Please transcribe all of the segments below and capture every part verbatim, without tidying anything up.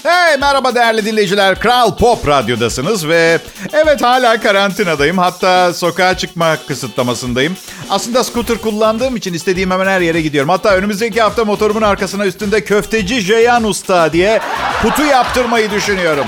Hey, merhaba değerli dinleyiciler. Kral Pop Radyo'dasınız ve evet hala karantinadayım. Hatta sokağa çıkma kısıtlamasındayım. Aslında scooter kullandığım için istediğim hemen her yere gidiyorum. Hatta önümüzdeki hafta motorumun arkasına üstünde köfteci Ceyhan Usta diye kutu yaptırmayı düşünüyorum.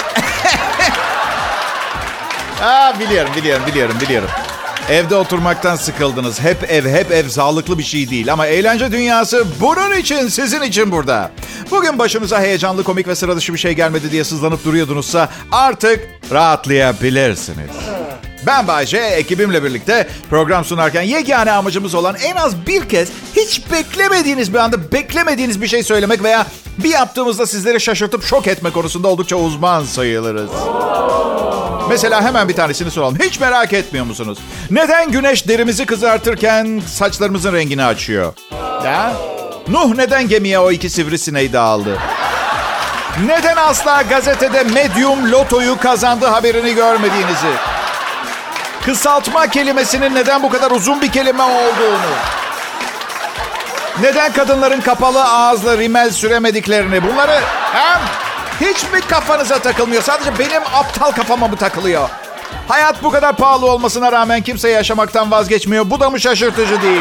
Aa, biliyorum, biliyorum, biliyorum, biliyorum. Evde oturmaktan sıkıldınız. Hep ev, hep ev sağlıklı bir şey değil. Ama eğlence dünyası bunun için, sizin için burada. Bugün başınıza heyecanlı, komik ve sıra dışı bir şey gelmedi diye sızlanıp duruyordunuzsa artık rahatlayabilirsiniz. Ben Bayce, ekibimle birlikte program sunarken yegane amacımız olan en az bir kez hiç beklemediğiniz bir anda beklemediğiniz bir şey söylemek veya bir yaptığımızda sizleri şaşırtıp şok etme konusunda oldukça uzman sayılırız. Mesela hemen bir tanesini soralım. Hiç merak etmiyor musunuz? Neden güneş derimizi kızartırken saçlarımızın rengini açıyor? Ha? Nuh neden gemiye o iki sivrisineği dağıldı? Neden asla gazetede Medium lotoyu kazandı haberini görmediğinizi? Kısaltma kelimesinin neden bu kadar uzun bir kelime olduğunu? Neden kadınların kapalı ağızla rimel süremediklerini? Bunları hem hiç mi kafanıza takılmıyor? Sadece benim aptal kafama mı takılıyor? Hayat bu kadar pahalı olmasına rağmen kimse yaşamaktan vazgeçmiyor. Bu da mı şaşırtıcı değil?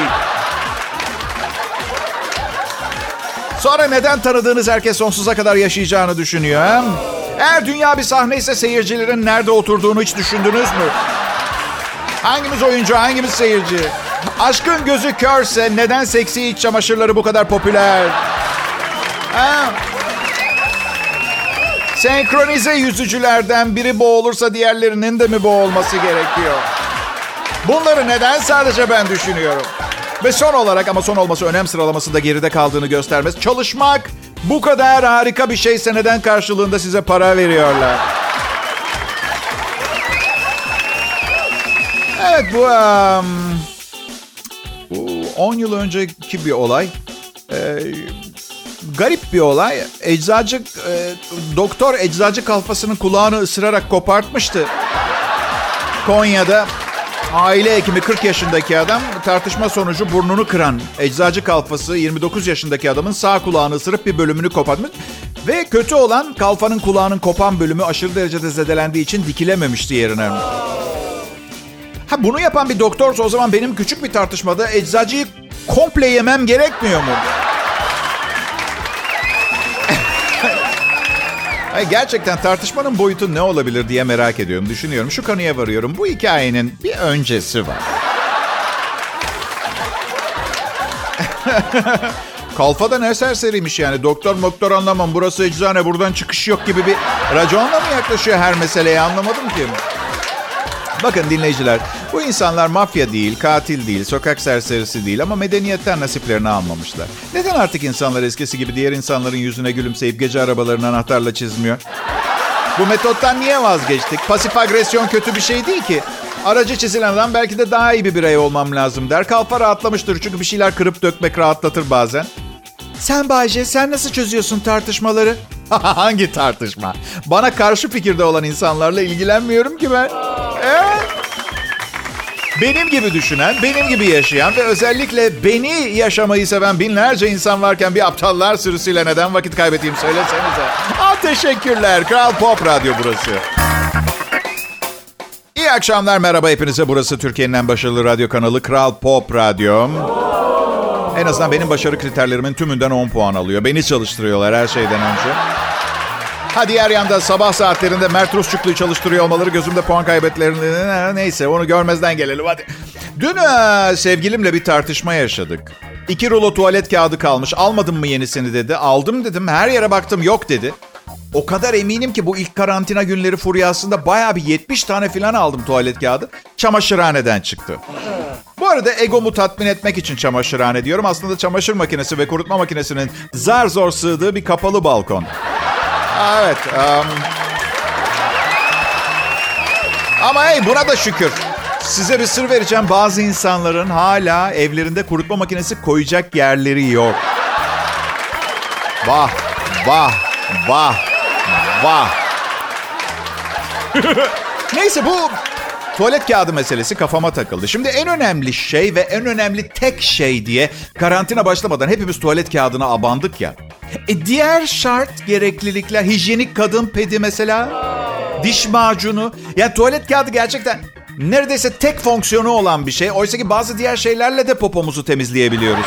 Sonra neden tanıdığınız herkes sonsuza kadar yaşayacağını düşünüyor? He? Eğer dünya bir sahne ise seyircilerin nerede oturduğunu hiç düşündünüz mü? Hangimiz oyuncu, hangimiz seyirci? Aşkın gözü körse neden seksi iç çamaşırları bu kadar popüler? He? Senkronize yüzücülerden biri boğulursa diğerlerinin de mi boğulması gerekiyor? Bunları neden sadece ben düşünüyorum? Ve son olarak, ama son olması önem sıralamasında geride kaldığını göstermez. Çalışmak bu kadar harika bir şeyse neden karşılığında size para veriyorlar? Evet, bu um, on yıl önceki bir olay. Ee, garip bir olay. Eczacı, e, doktor eczacı kalfasının kulağını ısırarak kopartmıştı. Konya'da aile hekimi kırk yaşındaki adam tartışma sonucu burnunu kıran eczacı kalfası yirmi dokuz yaşındaki adamın sağ kulağını ısırıp bir bölümünü kopartmış. Ve kötü olan kalfanın kulağının kopan bölümü aşırı derecede zedelendiği için dikilememişti yerine. Ha, bunu yapan bir doktorsa o zaman benim küçük bir tartışmada eczacıyı komple yemem gerekmiyor mu? Gerçekten tartışmanın boyutu ne olabilir diye merak ediyorum, düşünüyorum. Şu kanıya varıyorum. Bu hikayenin bir öncesi var. Kalfa da ne serseriymiş yani. Doktor doktor anlamam. Burası eczane, buradan çıkış yok gibi bir raconla mı yaklaşıyor her meseleye, anlamadım ki. Bakın dinleyiciler, bu insanlar mafya değil, katil değil, sokak serserisi değil ama medeniyetten nasiplerini almamışlar. Neden artık insanlar eskisi gibi diğer insanların yüzüne gülümseyip gece arabalarını anahtarla çizmiyor? Bu metottan niye vazgeçtik? Pasif agresyon kötü bir şey değil ki. Aracı çizilen adam belki de daha iyi bir birey olmam lazım der. Kalfa rahatlamıştır çünkü bir şeyler kırıp dökmek rahatlatır bazen. Sen Bayce, sen nasıl çözüyorsun tartışmaları? Hangi tartışma? Bana karşı fikirde olan insanlarla ilgilenmiyorum ki ben. Evet. Benim gibi düşünen, benim gibi yaşayan ve özellikle beni yaşamayı seven binlerce insan varken bir aptallar sürüsüyle neden vakit kaybedeyim söylesenize. Ah, teşekkürler. Kral Pop Radyo burası. İyi akşamlar, merhaba hepinize. Burası Türkiye'nin en başarılı radyo kanalı Kral Pop Radyo. En azından benim başarı kriterlerimin tümünden on puan alıyor. Beni çalıştırıyorlar her şeyden önce. Ha, diğer yanda sabah saatlerinde Mert Rusçuklu'yu çalıştırıyor olmaları gözümde puan kaybetlerini... Neyse, onu görmezden gelelim hadi. Dün e, sevgilimle bir tartışma yaşadık. İki rulo tuvalet kağıdı kalmış. Almadın mı yenisini dedi. Aldım dedim. Her yere baktım, yok dedi. O kadar eminim ki bu ilk karantina günleri furyasında bayağı bir yetmiş tane falan aldım tuvalet kağıdı. Çamaşırhaneden çıktı. Bu arada egomu tatmin etmek için çamaşırhane diyorum. Aslında çamaşır makinesi ve kurutma makinesinin zar zor sığdığı bir kapalı balkon. Evet. Um... Ama hey, buna da şükür. Size bir sır vereceğim. Bazı insanların hala evlerinde kurutma makinesi koyacak yerleri yok. Vah, vah, vah, vah. Neyse, bu tuvalet kağıdı meselesi kafama takıldı. Şimdi en önemli şey ve en önemli tek şey diye karantina başlamadan hepimiz tuvalet kağıdına abandık ya. E diğer şart gereklilikler, hijyenik kadın pedi mesela, diş macunu. Yani tuvalet kağıdı gerçekten neredeyse tek fonksiyonu olan bir şey. Oysa ki bazı diğer şeylerle de popomuzu temizleyebiliyoruz.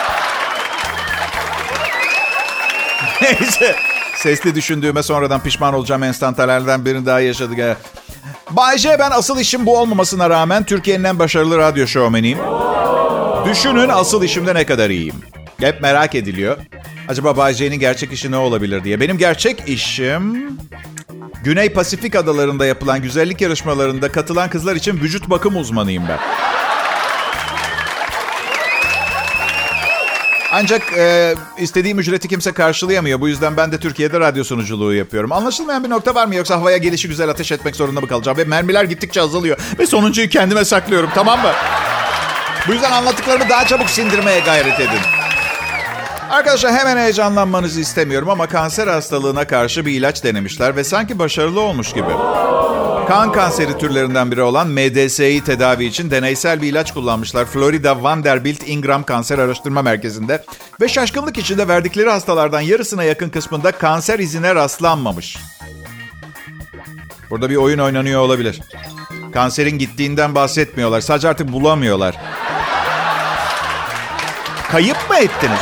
Neyse. Sesli düşündüğüme sonradan pişman olacağım enstantanelerden birini daha yaşadık. Bay J, ben asıl işim bu olmamasına rağmen Türkiye'nin en başarılı radyo şovmeniyim. Düşünün asıl işimde ne kadar iyiyim. Hep merak ediliyor. Acaba Bay J'nin gerçek işi ne olabilir diye. Benim gerçek işim... Güney Pasifik adalarında yapılan güzellik yarışmalarında katılan kızlar için vücut bakım uzmanıyım ben. Ancak e, istediğim ücreti kimse karşılayamıyor. Bu yüzden ben de Türkiye'de radyo sunuculuğu yapıyorum. Anlaşılmayan bir nokta var mı? Yoksa havaya gelişi güzel ateş etmek zorunda mı kalacağım? Ve mermiler gittikçe azalıyor. Ve sonuncuyu kendime saklıyorum, tamam mı? Bu yüzden anlattıklarımı daha çabuk sindirmeye gayret edin. Arkadaşlar, hemen heyecanlanmanızı istemiyorum ama kanser hastalığına karşı bir ilaç denemişler ve sanki başarılı olmuş gibi. Kan kanseri türlerinden biri olan M D S'yi tedavi için deneysel bir ilaç kullanmışlar Florida Vanderbilt Ingram Kanser Araştırma Merkezi'nde ve şaşkınlık içinde verdikleri hastalardan yarısına yakın kısmında kanser izine rastlanmamış. Burada bir oyun oynanıyor olabilir. Kanserin gittiğinden bahsetmiyorlar. Sadece artık bulamıyorlar. Kayıp mı ettiniz?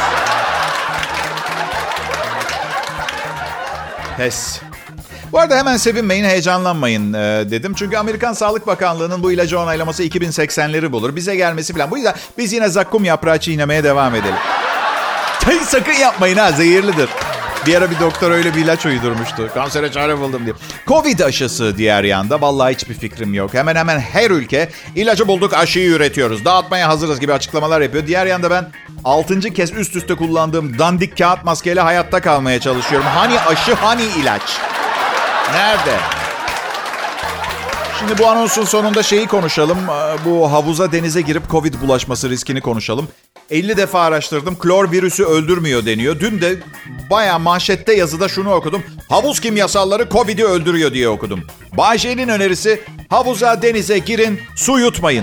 Pes. Bu arada hemen sevinmeyin, heyecanlanmayın e, dedim. Çünkü Amerikan Sağlık Bakanlığı'nın bu ilacı onaylaması iki bin seksenleri bulur. Bize gelmesi falan. Bu yüzden biz yine zakkum yaprağı çiğnemeye devam edelim. Sakın yapmayın ha, zehirlidir. Bir ara bir doktor öyle bir ilaç uydurmuştu. Kansere çare buldum diye. Covid aşısı diğer yanda. Vallahi hiçbir fikrim yok. Hemen hemen her ülke ilacı bulduk, aşıyı üretiyoruz, dağıtmaya hazırız gibi açıklamalar yapıyor. Diğer yanda ben altıncı kez üst üste kullandığım dandik kağıt maskeyle hayatta kalmaya çalışıyorum. Hani aşı, hani ilaç? Nerede? Şimdi bu anonsun sonunda şeyi konuşalım. Bu havuza, denize girip Covid bulaşması riskini konuşalım. elli defa araştırdım. Klor virüsü öldürmüyor deniyor. Dün de bayağı manşette yazıda şunu okudum. Havuz kimyasalları Covid'i öldürüyor diye okudum. Bay J'nin önerisi havuza, denize girin, su yutmayın.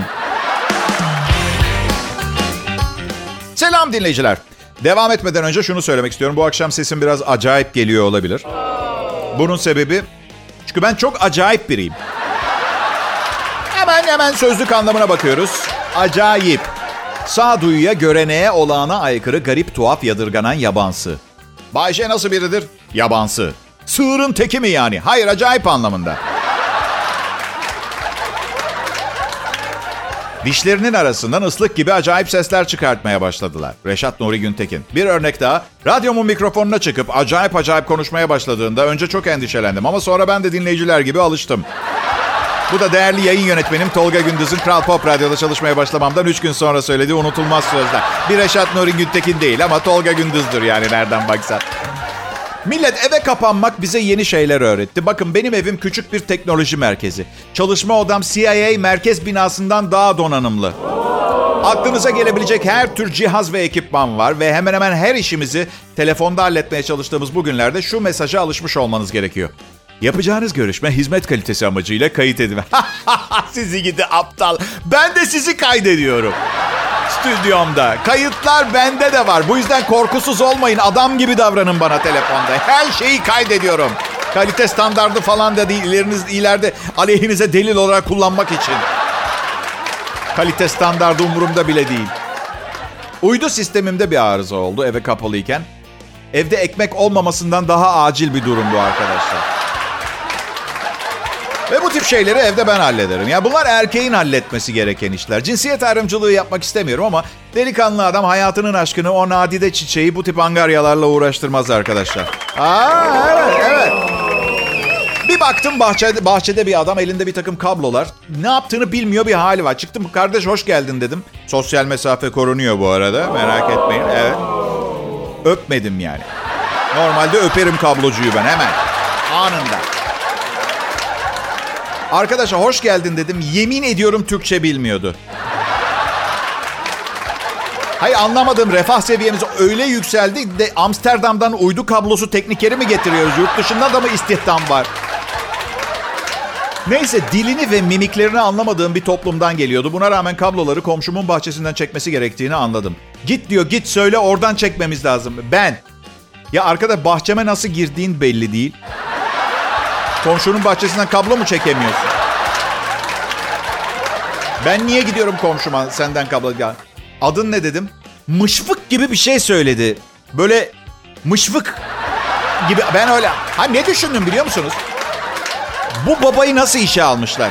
Selam dinleyiciler. Devam etmeden önce şunu söylemek istiyorum. Bu akşam sesim biraz acayip geliyor olabilir. Bunun sebebi çünkü ben çok acayip biriyim. Hemen hemen sözlük anlamına bakıyoruz. Acayip. Sağduyuya, göreneğe, olağana aykırı, garip, tuhaf, yadırganan, yabansı. Bay J nasıl biridir? Yabansı. Sığırın teki mi yani? Hayır, acayip anlamında. Dişlerinin arasından ıslık gibi acayip sesler çıkartmaya başladılar. Reşat Nuri Güntekin. Bir örnek daha. Radyomun mikrofonuna çıkıp acayip acayip konuşmaya başladığında önce çok endişelendim. Ama sonra ben de dinleyiciler gibi alıştım. Bu da değerli yayın yönetmenim Tolga Gündüz'ün Kral Pop Radyo'da çalışmaya başlamamdan üç gün sonra söylediği unutulmaz sözler. Bir Reşat Nuri Güntekin değil ama Tolga Gündüz'dür yani nereden baksan. Millet, eve kapanmak bize yeni şeyler öğretti. Bakın, benim evim küçük bir teknoloji merkezi. Çalışma odam C I A merkez binasından daha donanımlı. Aklınıza gelebilecek her tür cihaz ve ekipman var ve hemen hemen her işimizi telefonda halletmeye çalıştığımız bu günlerde şu mesaja alışmış olmanız gerekiyor. Yapacağınız görüşme hizmet kalitesi amacıyla kayıt edin. Sizi gidi aptal. Ben de sizi kaydediyorum. Stüdyomda. Kayıtlar bende de var. Bu yüzden korkusuz olmayın. Adam gibi davranın bana telefonda. Her şeyi kaydediyorum. Kalite standardı falan da değil. İleriniz, ileride aleyhinize delil olarak kullanmak için. Kalite standardı umurumda bile değil. Uydu sistemimde bir arıza oldu eve kapalıyken. Evde ekmek olmamasından daha acil bir durum bu arkadaşlar. Ve bu tip şeyleri evde ben hallederim. Ya bunlar erkeğin halletmesi gereken işler. Cinsiyet ayrımcılığı yapmak istemiyorum ama delikanlı adam hayatının aşkını, o nadide çiçeği bu tip angaryalarla uğraştırmaz arkadaşlar. Aa, evet, evet. Bir baktım bahçede, bahçede bir adam, elinde bir takım kablolar. Ne yaptığını bilmiyor bir hali var. Çıktım, kardeş hoş geldin dedim. Sosyal mesafe korunuyor bu arada, merak etmeyin. Evet. Öpmedim yani. Normalde öperim kablocuyu ben hemen. Anında. Arkadaşa hoş geldin dedim. Yemin ediyorum Türkçe bilmiyordu. Hayır, anlamadım. Refah seviyemiz öyle yükseldi de Amsterdam'dan uydu kablosu teknikeri mi getiriyoruz? Yurt dışında da mı istihdam var? Neyse, dilini ve mimiklerini anlamadığım bir toplumdan geliyordu. Buna rağmen kabloları komşumun bahçesinden çekmesi gerektiğini anladım. Git diyor, git söyle, oradan çekmemiz lazım. Ben Ya arkada bahçeme nasıl girdiğin belli değil. Komşunun bahçesinden kablo mu çekemiyorsun? Ben niye gidiyorum komşuma senden kablo? Adın ne dedim? Mışfık gibi bir şey söyledi. Böyle mışfık gibi. Ben öyle. Ha ne düşündüm biliyor musunuz? Bu babayı nasıl işe almışlar?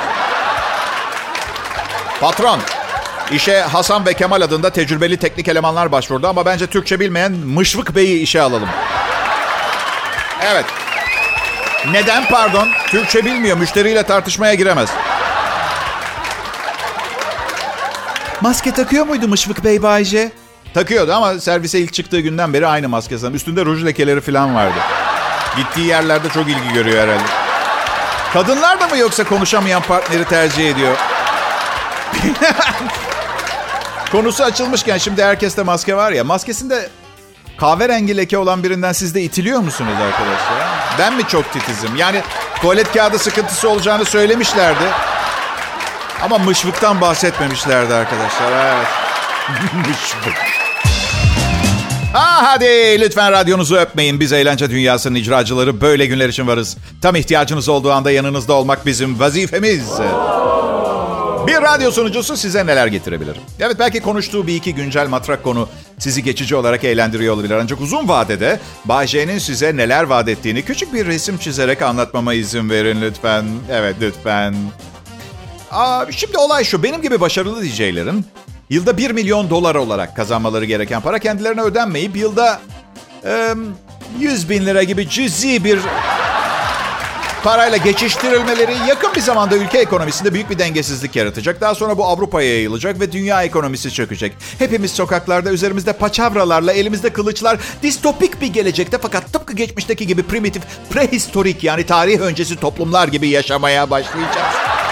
Patron, işe Hasan ve Kemal adında tecrübeli teknik elemanlar başvurdu ama bence Türkçe bilmeyen Mışfık Bey'i işe alalım. Evet. Neden pardon? Türkçe bilmiyor, müşteriyle tartışmaya giremez. Maske takıyor muydu Mışfık Bey Bayce? Takıyordu ama servise ilk çıktığı günden beri aynı maske sanırım. Üstünde ruj lekeleri falan vardı. Gittiği yerlerde çok ilgi görüyor herhalde. Kadınlar da mı yoksa konuşamayan partneri tercih ediyor? Konusu açılmışken şimdi herkeste maske var ya. Maskesinde kahverengi leke olan birinden siz de itiliyor musunuz arkadaşlar? Ben mi çok titizim? Yani tuvalet kağıdı sıkıntısı olacağını söylemişlerdi. Ama mışvıktan bahsetmemişlerdi arkadaşlar. Evet. Mışvık. Ah hadi lütfen radyonuzu öpmeyin. Biz eğlence dünyasının icracıları böyle günler için varız. Tam ihtiyacınız olduğu anda yanınızda olmak bizim vazifemiz. Bir radyo sunucusu size neler getirebilir? Evet belki konuştuğu bir iki güncel matrak konu sizi geçici olarak eğlendiriyor olabilir. Ancak uzun vadede Bay J'nin size neler vaat ettiğini küçük bir resim çizerek anlatmama izin verin lütfen. Evet lütfen. Aa, şimdi olay şu. Benim gibi başarılı D J'lerin yılda bir milyon dolar olarak kazanmaları gereken para kendilerine ödenmeyip yılda e, yüz bin lira gibi cüzi bir parayla geçiştirilmeleri yakın bir zamanda ülke ekonomisinde büyük bir dengesizlik yaratacak. Daha sonra bu Avrupa'ya yayılacak ve dünya ekonomisi çökecek. Hepimiz sokaklarda üzerimizde paçavralarla, elimizde kılıçlar, distopik bir gelecekte fakat tıpkı geçmişteki gibi primitif, prehistorik yani tarih öncesi toplumlar gibi yaşamaya başlayacağız.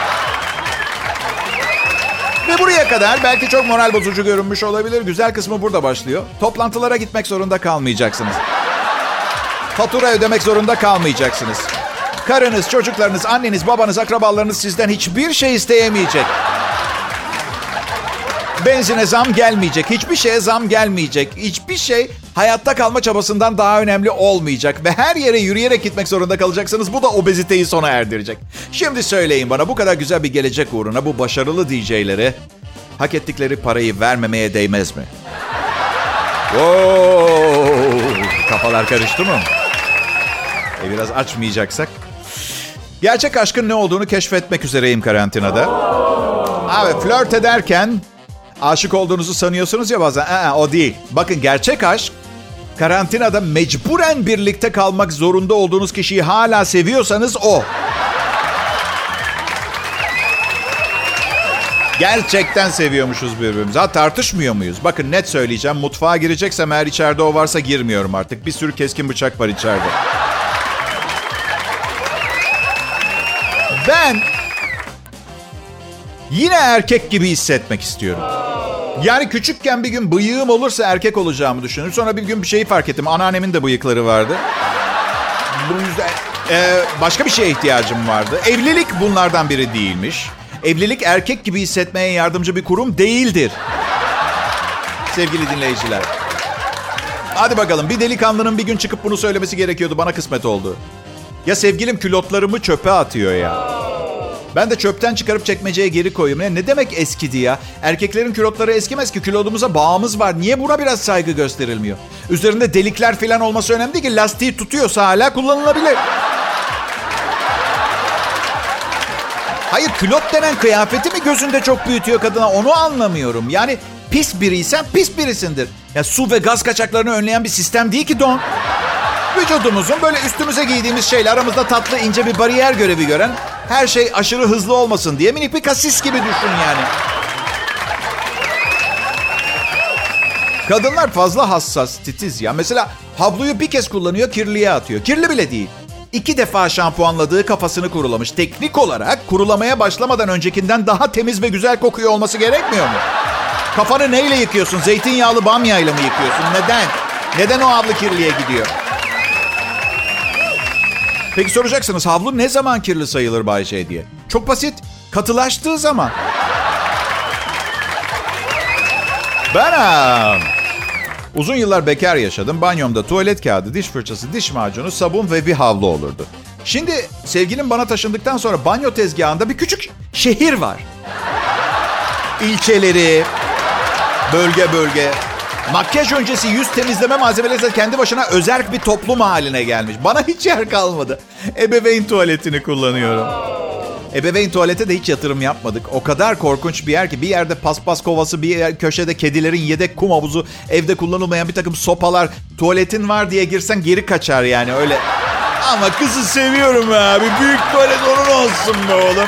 Ve buraya kadar belki çok moral bozucu görünmüş olabilir. Güzel kısmı burada başlıyor. Toplantılara gitmek zorunda kalmayacaksınız. Fatura ödemek zorunda kalmayacaksınız. Karınız, çocuklarınız, anneniz, babanız, akrabalarınız sizden hiçbir şey isteyemeyecek. Benzine zam gelmeyecek. Hiçbir şeye zam gelmeyecek. Hiçbir şey hayatta kalma çabasından daha önemli olmayacak. Ve her yere yürüyerek gitmek zorunda kalacaksınız. Bu da obeziteyi sona erdirecek. Şimdi söyleyin bana bu kadar güzel bir gelecek uğruna bu başarılı D J'lere hak ettikleri parayı vermemeye değmez mi? Oo, kafalar karıştı mı? E biraz açmayacaksak. Gerçek aşkın ne olduğunu keşfetmek üzereyim karantinada. Abi flört ederken aşık olduğunuzu sanıyorsunuz ya bazen. Aa, o değil. Bakın gerçek aşk karantinada mecburen birlikte kalmak zorunda olduğunuz kişiyi hala seviyorsanız o. Gerçekten seviyormuşuz birbirimizi. Ha tartışmıyor muyuz? Bakın net söyleyeceğim. Mutfağa gireceksem eğer içeride o varsa girmiyorum artık. Bir sürü keskin bıçak var içeride. Ben yine erkek gibi hissetmek istiyorum. Yani küçükken bir gün bıyığım olursa erkek olacağımı düşünüyorum. Sonra bir gün bir şeyi fark ettim. Anneannemin de bıyıkları vardı. Bu yüzden e, başka bir şeye ihtiyacım vardı. Evlilik bunlardan biri değilmiş. Evlilik erkek gibi hissetmeye yardımcı bir kurum değildir. Sevgili dinleyiciler. Hadi bakalım bir delikanlının bir gün çıkıp bunu söylemesi gerekiyordu. Bana kısmet oldu. Ya sevgilim külotlarımı çöpe atıyor ya. Ben de çöpten çıkarıp çekmeceye geri koyuyorum. Ya ne demek eskidi ya? Erkeklerin külotları eskimez ki. Külotumuza bağımız var. Niye buna biraz saygı gösterilmiyor? Üzerinde delikler falan olması önemli değil ki. Lastiği tutuyorsa hala kullanılabilir. Hayır külot denen kıyafeti mi gözünde çok büyütüyor kadına? Onu anlamıyorum. Yani pis biriysen pis birisindir. Ya su ve gaz kaçaklarını önleyen bir sistem değil ki don. Vücudumuzun böyle üstümüze giydiğimiz şeyle aramızda tatlı ince bir bariyer görevi gören, her şey aşırı hızlı olmasın diye minik bir kasis gibi düşün yani. Kadınlar fazla hassas, titiz ya. Mesela havluyu bir kez kullanıyor, kirliye atıyor. Kirli bile değil. İki defa şampuanladığı kafasını kurulamış. Teknik olarak kurulamaya başlamadan öncekinden daha temiz ve güzel kokuyor olması gerekmiyor mu? Kafanı neyle yıkıyorsun? Zeytinyağlı bamyayla mı yıkıyorsun? Neden? Neden o havlu kirliye gidiyor? Peki soracaksınız havlu ne zaman kirli sayılır Bay J diye? Çok basit. Katılaştığı zaman. Ben Uzun yıllar bekar yaşadım. Banyomda tuvalet kağıdı, diş fırçası, diş macunu, sabun ve bir havlu olurdu. Şimdi sevgilim bana taşındıktan sonra banyo tezgahında bir küçük şehir var. İlçeleri, bölge bölge. Makyaj öncesi yüz temizleme malzemeleri de kendi başına özerk bir toplum haline gelmiş. Bana hiç yer kalmadı. Ebeveyn tuvaletini kullanıyorum. Ebeveyn tuvalete de hiç yatırım yapmadık. O kadar korkunç bir yer ki bir yerde paspas kovası, bir yer, köşede kedilerin yedek kum havuzu, evde kullanılmayan bir takım sopalar. Tuvaletin var diye girsen geri kaçar yani öyle. Ama kızı seviyorum abi. Büyük tuvalet onun olsun be oğlum.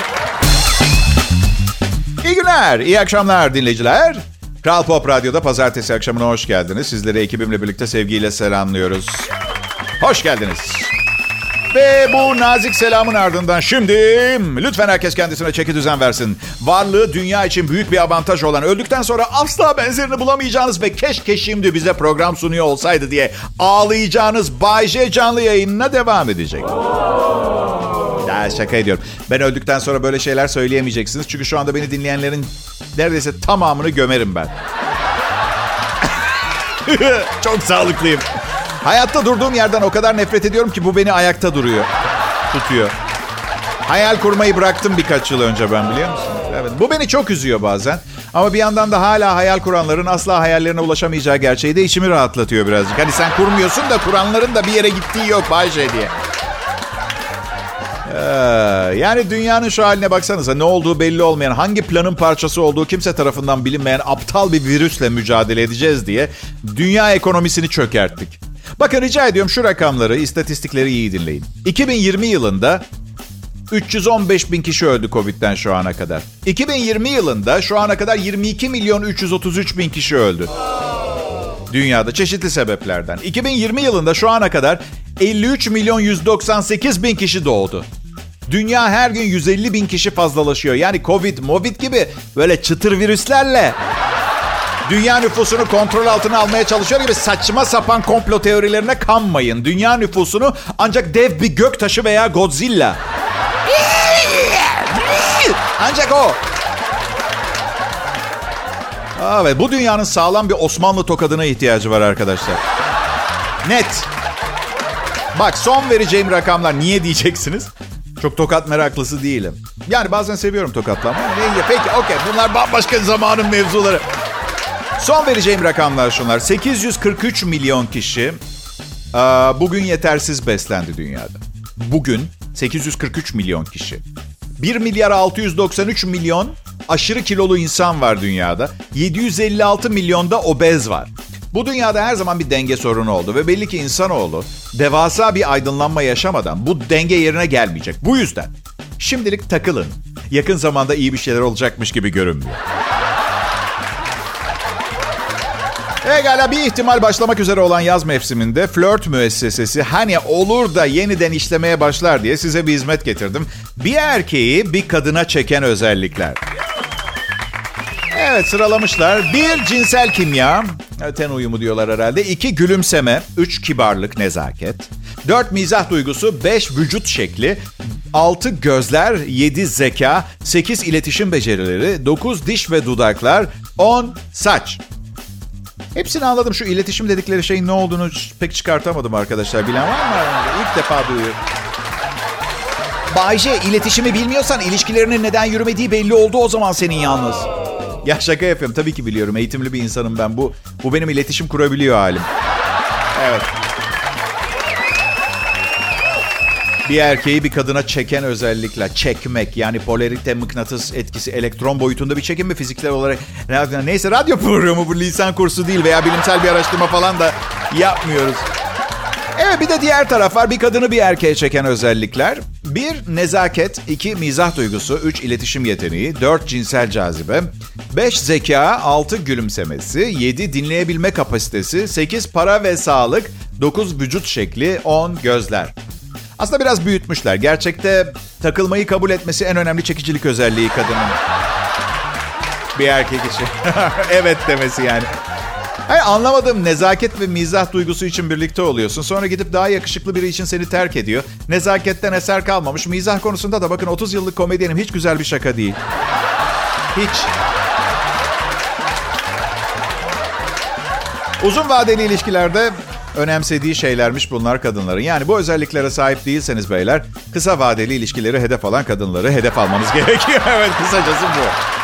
İyi günler, iyi akşamlar dinleyiciler. Kral Pop Radyo'da pazartesi akşamına hoş geldiniz. Sizleri ekibimle birlikte sevgiyle selamlıyoruz. Hoş geldiniz. Ve bu nazik selamın ardından şimdi lütfen herkes kendisine çeki düzen versin. Varlığı dünya için büyük bir avantaj olan, öldükten sonra asla benzerini bulamayacağınız ve keşke şimdi bize program sunuyor olsaydı diye ağlayacağınız Bay J canlı yayınına devam edecek. Ya şaka ediyorum. Ben öldükten sonra böyle şeyler söyleyemeyeceksiniz. Çünkü şu anda beni dinleyenlerin neredeyse tamamını gömerim ben. Çok sağlıklıyım. Hayatta durduğum yerden o kadar nefret ediyorum ki bu beni ayakta duruyor. Tutuyor. Hayal kurmayı bıraktım birkaç yıl önce ben, biliyor musun? Evet. Bu beni çok üzüyor bazen. Ama bir yandan da hala hayal kuranların asla hayallerine ulaşamayacağı gerçeği de içimi rahatlatıyor birazcık. Hani sen kurmuyorsun da kuranların da bir yere gittiği yok Bayce diye. Ee, yani dünyanın şu haline baksanıza, ne olduğu belli olmayan, hangi planın parçası olduğu kimse tarafından bilinmeyen aptal bir virüsle mücadele edeceğiz diye dünya ekonomisini çökerttik. Bakın rica ediyorum şu rakamları, istatistikleri iyi dinleyin. iki bin yirmi yılında üç yüz on beş bin kişi öldü Covid'den şu ana kadar. iki bin yirmi yılında şu ana kadar yirmi iki milyon üç yüz otuz üç bin kişi öldü. Dünyada çeşitli sebeplerden. iki bin yirmi yılında şu ana kadar elli üç milyon yüz doksan sekiz bin kişi doğdu. Dünya her gün yüz elli bin kişi fazlalaşıyor. Yani Covid, Movid gibi böyle çıtır virüslerle dünya nüfusunu kontrol altına almaya çalışıyor gibi saçma sapan komplo teorilerine kanmayın. Dünya nüfusunu ancak dev bir göktaşı veya Godzilla. Ancak o. Evet, bu dünyanın sağlam bir Osmanlı tokadına ihtiyacı var arkadaşlar. Net. Bak, son vereceğim rakamlar, niye diyeceksiniz? Çok tokat meraklısı değilim. Yani bazen seviyorum tokatlanmayı. Neyse, peki, okey. Bunlar bambaşka zamanın mevzuları. Son vereceğim rakamlar şunlar. sekiz yüz kırk üç milyon kişi bugün yetersiz beslendi dünyada. Bugün sekiz yüz kırk üç milyon kişi. bir milyar altı yüz doksan üç milyon aşırı kilolu insan var dünyada. yedi yüz elli altı milyonda obez var. Bu dünyada her zaman bir denge sorunu oldu ve belli ki insanoğlu devasa bir aydınlanma yaşamadan bu denge yerine gelmeyecek. Bu yüzden şimdilik takılın. Yakın zamanda iyi bir şeyler olacakmış gibi görünmüyor. Egala bir ihtimal başlamak üzere olan yaz mevsiminde flört müessesesi hani olur da yeniden işlemeye başlar diye size bir hizmet getirdim. Bir erkeği bir kadına çeken özellikler. Evet, sıralamışlar. Bir, cinsel kimya. Ten uyumu diyorlar herhalde. İki, gülümseme. Üç, kibarlık, nezaket. Dört, mizah duygusu. Beş, vücut şekli. Altı, gözler. Yedi, zeka. Sekiz, iletişim becerileri. Dokuz, diş ve dudaklar. On, saç. Hepsini anladım. Şu iletişim dedikleri şeyin ne olduğunu pek çıkartamadım arkadaşlar. Bilen var mı? İlk defa duyuyorum. Bayce, iletişimi bilmiyorsan ilişkilerinin neden yürümediği belli oldu o zaman senin yalnız. Ya şaka yapıyorum. Tabii ki biliyorum. Eğitimli bir insanım ben. Bu bu benim iletişim kurabiliyor halim. Evet. Bir erkeği bir kadına çeken özellikle çekmek, yani polarite, mıknatıs etkisi, elektron boyutunda bir çekim mi fiziksel olarak? Neyse, radyo programı bu, lisan kursu değil veya bilimsel bir araştırma falan da yapmıyoruz. Evet, bir de diğer taraf var. Bir kadını bir erkeğe çeken özellikler. Bir, nezaket. iki, mizah duygusu. Üç, iletişim yeteneği. Dört, cinsel cazibe. Beş, zeka. Altı, gülümsemesi. Yedi, dinleyebilme kapasitesi. Sekiz, para ve sağlık. Dokuz, vücut şekli. On, gözler. Aslında biraz büyütmüşler. Gerçekte takılmayı kabul etmesi en önemli çekicilik özelliği kadının. Bir erkek için. Evet demesi yani. Hayır, anlamadım. Nezaket ve mizah duygusu için birlikte oluyorsun. Sonra gidip daha yakışıklı biri için seni terk ediyor. Nezaketten eser kalmamış. Mizah konusunda da bakın, otuz yıllık komedyenim, hiç güzel bir şaka değil. Hiç. Uzun vadeli ilişkilerde önemsediği şeylermiş bunlar kadınların. Yani bu özelliklere sahip değilseniz beyler, kısa vadeli ilişkileri hedef alan kadınları hedef almanız gerekiyor. Evet, kısacası bu.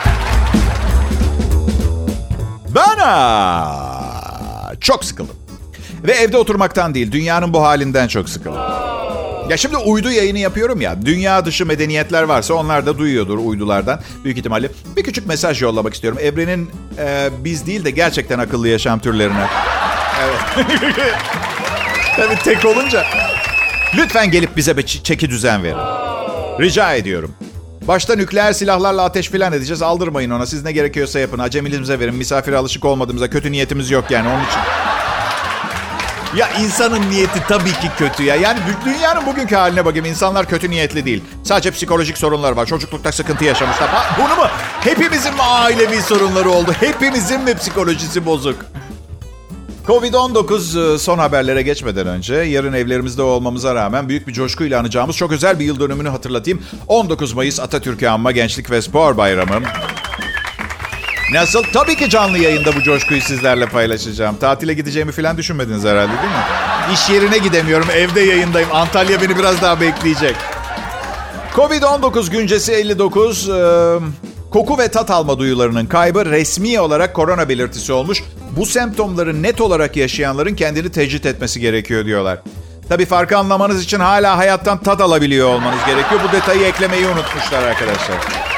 Ben aa, çok sıkıldım. Ve evde oturmaktan değil, dünyanın bu halinden çok sıkıldım. Ya şimdi uydu yayını yapıyorum ya. Dünya dışı medeniyetler varsa onlar da duyuyordur uydulardan. Büyük ihtimalle bir küçük mesaj yollamak istiyorum. Evrenin e, biz değil de gerçekten akıllı yaşam türlerine. Evet. Tabii tek olunca. Lütfen gelip bize bir çeki düzen verin. Rica ediyorum. Başta nükleer silahlarla ateş filan edeceğiz. Aldırmayın ona. Siz ne gerekiyorsa yapın. Acemiliğimize verin. Misafire alışık olmadığımıza, kötü niyetimiz yok yani onun için. Ya insanın niyeti tabii ki kötü ya. Yani dünyanın bugünkü haline bakayım. İnsanlar kötü niyetli değil. Sadece psikolojik sorunlar var. Çocuklukta sıkıntı yaşamışlar. Ha, bunu mu? Hepimizin mi ailevi sorunları oldu? Hepimizin mi psikolojisi bozuk? covid on dokuz son haberlere geçmeden önce yarın evlerimizde olmamıza rağmen büyük bir coşkuyla anacağımız çok özel bir yıl dönümünü hatırlatayım. on dokuz Mayıs Atatürk'ü Anma Gençlik ve Spor Bayramı. Nasıl? Tabii ki canlı yayında bu coşkuyu sizlerle paylaşacağım. Tatile gideceğimi falan düşünmediniz herhalde değil mi? İş yerine gidemiyorum, evde yayındayım. Antalya beni biraz daha bekleyecek. covid on dokuz güncesi elli dokuz. Ee, koku ve tat alma duyularının kaybı resmi olarak korona belirtisi olmuş. Bu semptomları net olarak yaşayanların kendini tecrit etmesi gerekiyor diyorlar. Tabii farkı anlamanız için hala hayattan tat alabiliyor olmanız gerekiyor. Bu detayı eklemeyi unutmuşlar arkadaşlar.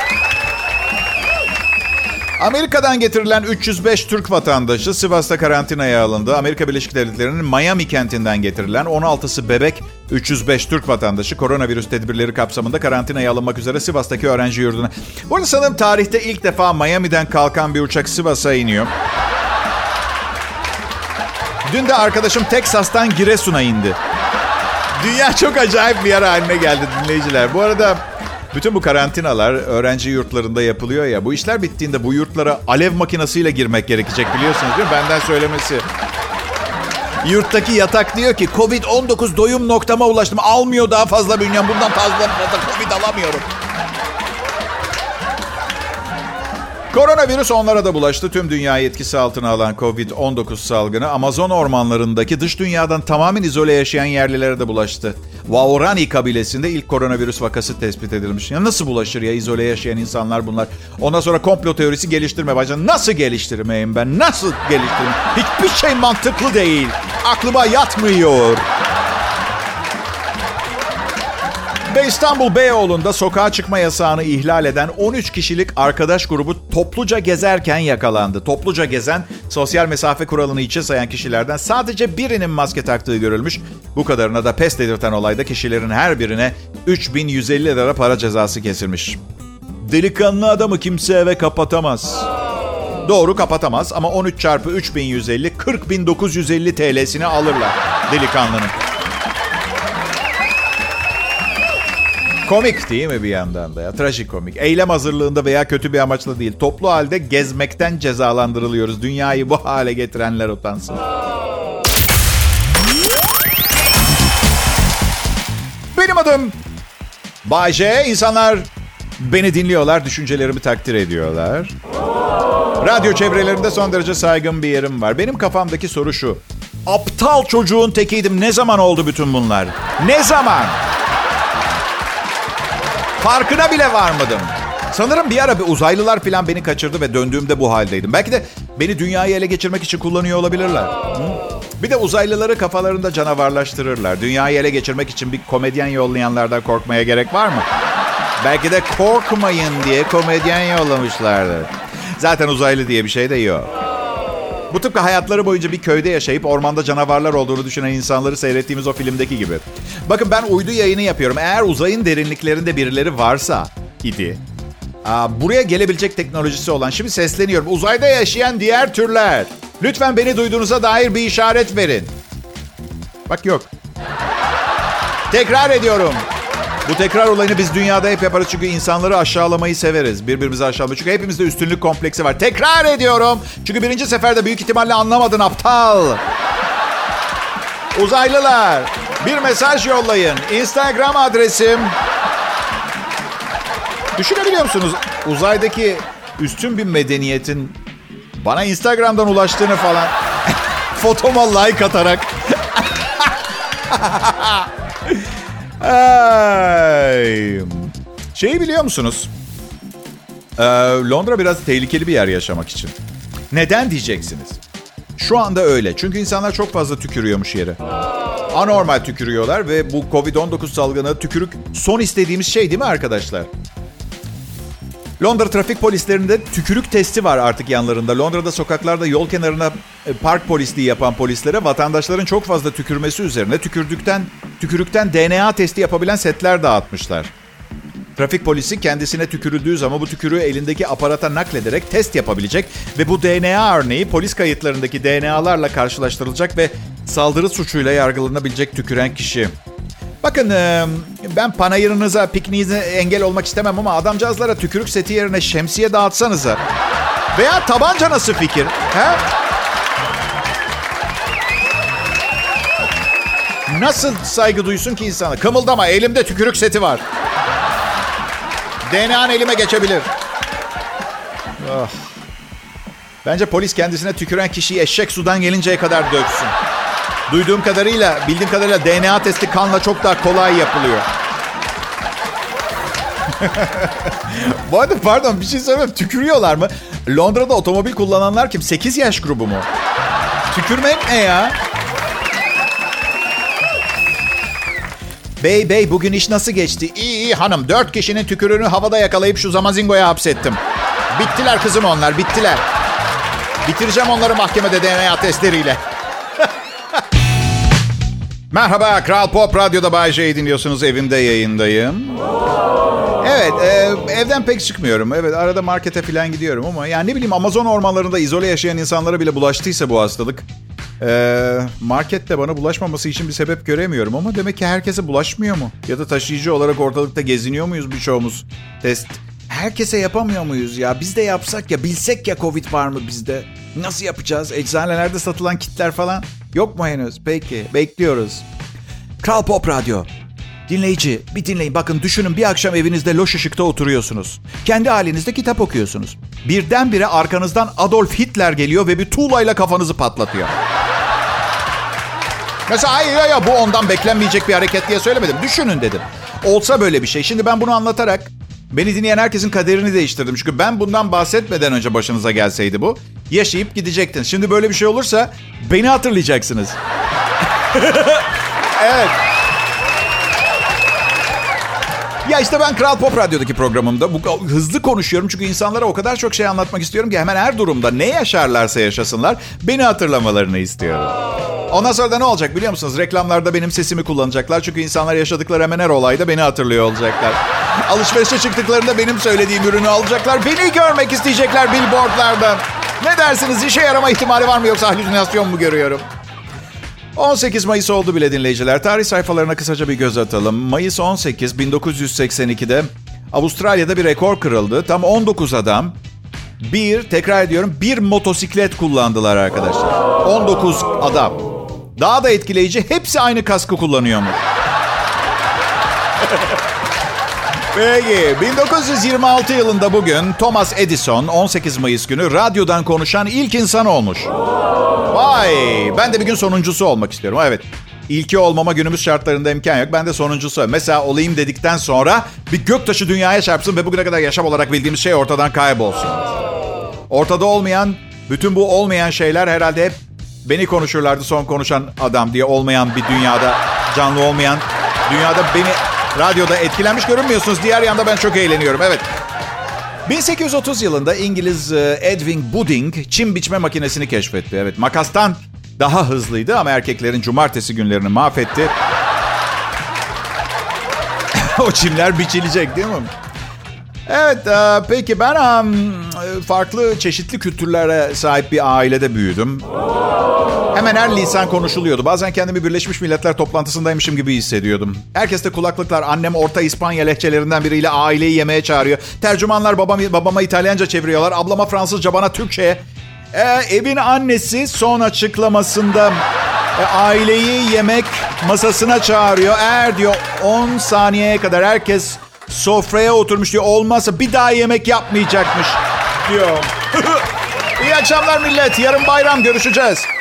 Amerika'dan getirilen üç yüz beş Türk vatandaşı Sivas'ta karantinaya alındı. Amerika Birleşik Devletleri'nin Miami kentinden getirilen on altısı bebek üç yüz beş Türk vatandaşı koronavirüs tedbirleri kapsamında karantinaya alınmak üzere Sivas'taki öğrenci yurduna. Bu arada sanırım tarihte ilk defa Miami'den kalkan bir uçak Sivas'a iniyor. Dün de arkadaşım Teksas'tan Giresun'a indi. Dünya çok acayip bir yer haline geldi dinleyiciler. Bu arada bütün bu karantinalar öğrenci yurtlarında yapılıyor ya. Bu işler bittiğinde bu yurtlara alev makinesiyle girmek gerekecek biliyorsunuz değil mi? Benden söylemesi. Yurttaki yatak diyor ki covid on dokuz doyum noktama ulaştım. Almıyor daha fazla bünyem. Bundan fazla fazla Covid alamıyorum. Koronavirüs onlara da bulaştı. Tüm dünyayı etkisi altına alan covid on dokuz salgını Amazon ormanlarındaki dış dünyadan tamamen izole yaşayan yerlilere de bulaştı. Waorani kabilesinde ilk koronavirüs vakası tespit edilmiş. Ya nasıl bulaşır ya izole yaşayan insanlar bunlar? Ondan sonra komplo teorisi geliştirme başladı. Nasıl geliştirmeyeyim ben? Nasıl geliştireyim? Hiçbir şey mantıklı değil. Aklıma yatmıyor. Ve İstanbul Beyoğlu'nda sokağa çıkma yasağını ihlal eden on üç kişilik arkadaş grubu topluca gezerken yakalandı. Topluca gezen, sosyal mesafe kuralını içe sayan kişilerden sadece birinin maske taktığı görülmüş. Bu kadarına da pes dedirten olayda kişilerin her birine üç bin yüz elli lira para cezası kesilmiş. Delikanlı adamı kimse eve kapatamaz. Doğru kapatamaz ama on üç çarpı üç bin yüz elli, kırk bin dokuz yüz elli T L'sini alırlar delikanlının. Komik değil mi bir yandan da ya? Trajikomik. Eylem hazırlığında veya kötü bir amaçla değil. Toplu halde gezmekten cezalandırılıyoruz. Dünyayı bu hale getirenler utansın. Benim adım Bay J. İnsanlar beni dinliyorlar, düşüncelerimi takdir ediyorlar. Radyo çevrelerinde son derece saygın bir yerim var. Benim kafamdaki soru şu. Aptal çocuğun tekiydim. Ne zaman oldu bütün bunlar? Ne zaman? Farkına bile varmadım. Sanırım bir ara bir uzaylılar falan beni kaçırdı ve döndüğümde bu haldeydim. Belki de beni dünyayı ele geçirmek için kullanıyor olabilirler. Hı? Bir de uzaylıları kafalarında canavarlaştırırlar. Dünyayı ele geçirmek için bir komedyen yollayanlardan korkmaya gerek var mı? Belki de korkmayın diye komedyen yollamışlardır. Zaten uzaylı diye bir şey de yok. Bu tıpkı hayatları boyunca bir köyde yaşayıp ormanda canavarlar olduğunu düşünen insanları seyrettiğimiz o filmdeki gibi. Bakın ben uydu yayını yapıyorum. Eğer uzayın derinliklerinde birileri varsa idi, buraya gelebilecek teknolojisi olan, şimdi sesleniyorum. Uzayda yaşayan diğer türler. Lütfen beni duyduğunuza dair bir işaret verin. Bak yok. Tekrar ediyorum. Bu tekrar olayını biz dünyada hep yaparız çünkü insanları aşağılamayı severiz. Birbirimizi aşağılamayı. Çünkü hepimizde üstünlük kompleksi var. Tekrar ediyorum. Çünkü birinci seferde büyük ihtimalle anlamadın aptal. Uzaylılar, bir mesaj yollayın. Instagram adresim. Düşünebiliyor musunuz? Uzaydaki üstün bir medeniyetin bana Instagram'dan ulaştığını falan. Fotoma like atarak. Ay. Şeyi biliyor musunuz? Ee, Londra biraz tehlikeli bir yer yaşamak için. Neden diyeceksiniz? Şu anda öyle. Çünkü insanlar çok fazla tükürüyormuş yere. Anormal tükürüyorlar ve bu covid on dokuz salgını, tükürük son istediğimiz şey değil mi arkadaşlar? Londra trafik polislerinde tükürük testi var artık yanlarında. Londra'da sokaklarda yol kenarına park polisliği yapan polislere vatandaşların çok fazla tükürmesi üzerine tükürdükten, tükürükten D N A testi yapabilen setler dağıtmışlar. Trafik polisi kendisine tükürüldüğü zaman bu tükürüğü elindeki aparata naklederek test yapabilecek ve bu D N A örneği polis kayıtlarındaki D N A'larla karşılaştırılacak ve saldırı suçuyla yargılanabilecek tüküren kişi. Bakın ben panayırınıza, pikniğinize engel olmak istemem ama adamcağızlara tükürük seti yerine şemsiye dağıtsanıza. Veya tabanca nasıl fikir? He? Nasıl saygı duysun ki insana? Kımıldama, elimde tükürük seti var. D N A'nın elime geçebilir. Oh. Bence polis kendisine tüküren kişiyi eşek sudan gelinceye kadar dövsün. Duyduğum kadarıyla, bildiğim kadarıyla D N A testi kanla çok daha kolay yapılıyor. Bu arada pardon bir şey söyleyeyim. Tükürüyorlar mı? Londra'da otomobil kullananlar kim? sekiz yaş grubu mu? Tükürmek ne ya? Bey bey bugün iş nasıl geçti? İyi iyi hanım. Dört kişinin tükürüğünü havada yakalayıp şu Zamazingo'ya hapsettim. Bittiler kızım onlar, bittiler. Bitireceğim onları mahkemede D N A testleriyle. Merhaba, Kral Pop Radyo'da Bay J'yi dinliyorsunuz. Evimde yayındayım. Evet, e, evden pek çıkmıyorum. Evet, arada markete falan gidiyorum ama... Yani ne bileyim, Amazon ormanlarında izole yaşayan insanlara bile bulaştıysa bu hastalık... E, markette bana bulaşmaması için bir sebep göremiyorum. Ama demek ki herkese bulaşmıyor mu? Ya da taşıyıcı olarak ortalıkta geziniyor muyuz birçoğumuz? Test. Herkese yapamıyor muyuz ya? Biz de yapsak ya, bilsek ya Covid var mı bizde? Nasıl yapacağız? Eczanelerde satılan kitler falan yok mu henüz? Peki, bekliyoruz. Kral Pop Radyo. Dinleyici, bir dinleyin. Bakın düşünün, bir akşam evinizde loş ışıkta oturuyorsunuz. Kendi halinizde kitap okuyorsunuz. Birdenbire arkanızdan Adolf Hitler geliyor ve bir tuğlayla kafanızı patlatıyor. Mesela hayır ya, ya bu ondan beklenmeyecek bir hareket diye söylemedim. Düşünün dedim. Olsa böyle bir şey. Şimdi ben bunu anlatarak beni dinleyen herkesin kaderini değiştirdim. Çünkü ben bundan bahsetmeden önce başınıza gelseydi bu, yaşayıp gidecektiniz. Şimdi böyle bir şey olursa beni hatırlayacaksınız. Evet. Ya işte ben Kral Pop Radyo'daki programımda bu hızlı konuşuyorum. Çünkü insanlara o kadar çok şey anlatmak istiyorum ki hemen her durumda ne yaşarlarsa yaşasınlar beni hatırlamalarını istiyorum. Ondan sonra da ne olacak biliyor musunuz? Reklamlarda benim sesimi kullanacaklar. Çünkü insanlar yaşadıkları hemen her olayda beni hatırlıyor olacaklar. Alışverişe çıktıklarında benim söylediğim ürünü alacaklar. Beni görmek isteyecekler billboardlarda. Ne dersiniz? İşe yarama ihtimali var mı yoksa halüsinasyon mu görüyorum? on sekiz Mayıs oldu bile dinleyiciler. Tarih sayfalarına kısaca bir göz atalım. Mayıs on sekiz bin dokuz yüz seksen ikide Avustralya'da bir rekor kırıldı. Tam on dokuz adam bir, tekrar ediyorum, bir motosiklet kullandılar arkadaşlar. on dokuz adam. Daha da etkileyici, hepsi aynı kaskı kullanıyormuş. Peki, bin dokuz yüz yirmi altı yılında bugün Thomas Edison on sekiz Mayıs günü radyodan konuşan ilk insan olmuş. Vay, ben de bir gün sonuncusu olmak istiyorum. Evet, ilki olmama günümüz şartlarında imkan yok. Ben de sonuncusu. Mesela olayım dedikten sonra bir göktaşı dünyaya çarpsın ve bugüne kadar yaşam olarak bildiğimiz şey ortadan kaybolsun. Ortada olmayan, bütün bu olmayan şeyler herhalde hep beni konuşurlardı son konuşan adam diye, olmayan bir dünyada, canlı olmayan dünyada beni radyoda etkilenmiş görünmüyorsunuz. Diğer yanda ben çok eğleniyorum. Evet. bin sekiz yüz otuz yılında İngiliz Edwin Budding çim biçme makinesini keşfetti. Evet, makastan daha hızlıydı ama erkeklerin cumartesi günlerini mahvetti. O çimler biçilecek değil mi? Evet, peki ben farklı çeşitli kültürlere sahip bir ailede büyüdüm. Hemen her lisan konuşuluyordu. Bazen kendimi Birleşmiş Milletler toplantısındaymışım gibi hissediyordum. Herkes de kulaklıklar. Annem Orta İspanya lehçelerinden biriyle aileyi yemeğe çağırıyor. Tercümanlar babam, babama İtalyanca çeviriyorlar. Ablama Fransızca, bana Türkçe. Ee, evin annesi son açıklamasında e, aileyi yemek masasına çağırıyor. Eğer diyor on saniyeye kadar herkes sofraya oturmuş diyor, olmazsa bir daha yemek yapmayacakmış diyor. İyi akşamlar millet. Yarın bayram, görüşeceğiz.